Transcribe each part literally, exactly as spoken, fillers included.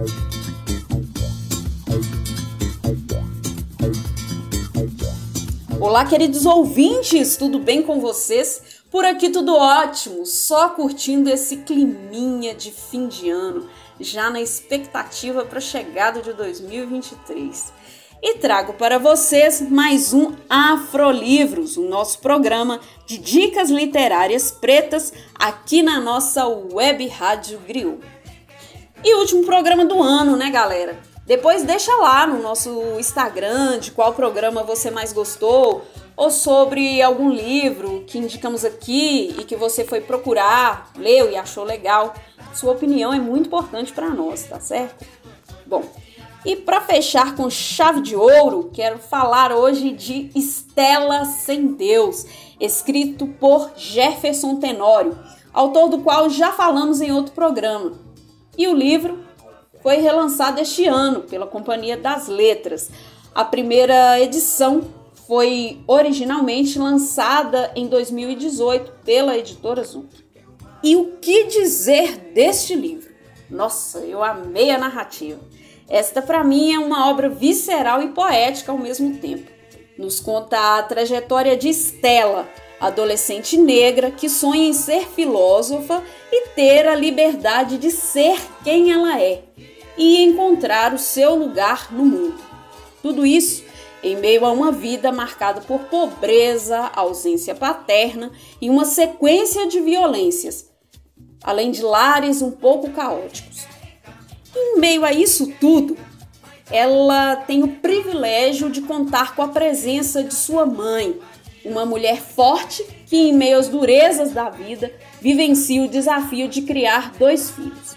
Olá, queridos ouvintes, tudo bem com vocês? Por aqui tudo ótimo, só curtindo esse climinha de fim de ano, já na expectativa para a chegada de dois mil e vinte e três. E trago para vocês mais um Afrolivros, o nosso programa de dicas literárias pretas aqui na nossa web rádio Griot. E último programa do ano, né, galera? Depois deixa lá no nosso Instagram de qual programa você mais gostou ou sobre algum livro que indicamos aqui e que você foi procurar, leu e achou legal. Sua opinião é muito importante para nós, tá certo? Bom, e para fechar com chave de ouro, quero falar hoje de Estela Sem Deus, escrito por Jefferson Tenório, autor do qual já falamos em outro programa. E o livro foi relançado este ano pela Companhia das Letras. A primeira edição foi originalmente lançada em dois mil e dezoito pela editora Zuc. E o que dizer deste livro? Nossa, eu amei a narrativa. Esta, para mim, é uma obra visceral e poética ao mesmo tempo. Nos conta a trajetória de Estela, adolescente negra que sonha em ser filósofa e ter a liberdade de ser quem ela é e encontrar o seu lugar no mundo. Tudo isso em meio a uma vida marcada por pobreza, ausência paterna e uma sequência de violências, além de lares um pouco caóticos. Em meio a isso tudo, ela tem o privilégio de contar com a presença de sua mãe, uma mulher forte que, em meio às durezas da vida, vivencia o desafio de criar dois filhos.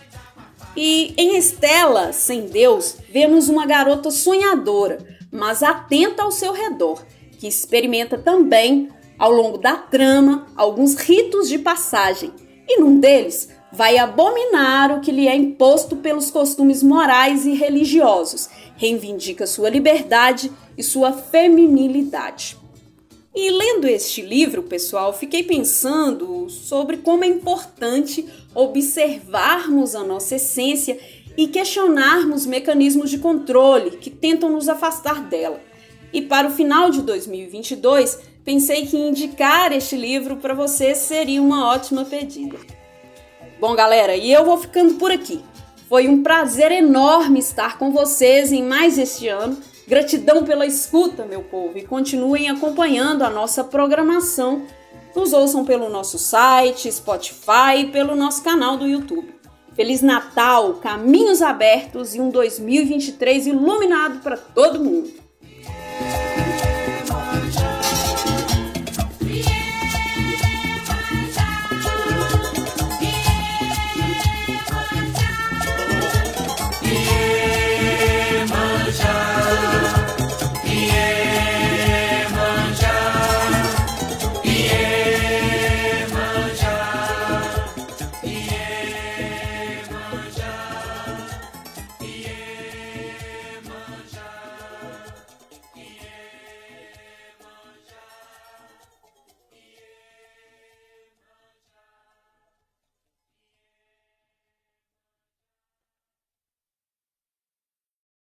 E em Estela Sem Deus, vemos uma garota sonhadora, mas atenta ao seu redor, que experimenta também, ao longo da trama, alguns ritos de passagem, e num deles vai abominar o que lhe é imposto pelos costumes morais e religiosos, reivindica sua liberdade e sua feminilidade. E lendo este livro, pessoal, fiquei pensando sobre como é importante observarmos a nossa essência e questionarmos mecanismos de controle que tentam nos afastar dela. E para o final de dois mil e vinte e dois, pensei que indicar este livro para vocês seria uma ótima pedida. Bom, galera, e eu vou ficando por aqui. Foi um prazer enorme estar com vocês em mais este ano. Gratidão pela escuta, meu povo, e continuem acompanhando a nossa programação. Nos ouçam pelo nosso site, Spotify e pelo nosso canal do YouTube. Feliz Natal, caminhos abertos e um dois mil e vinte e três iluminado para todo mundo!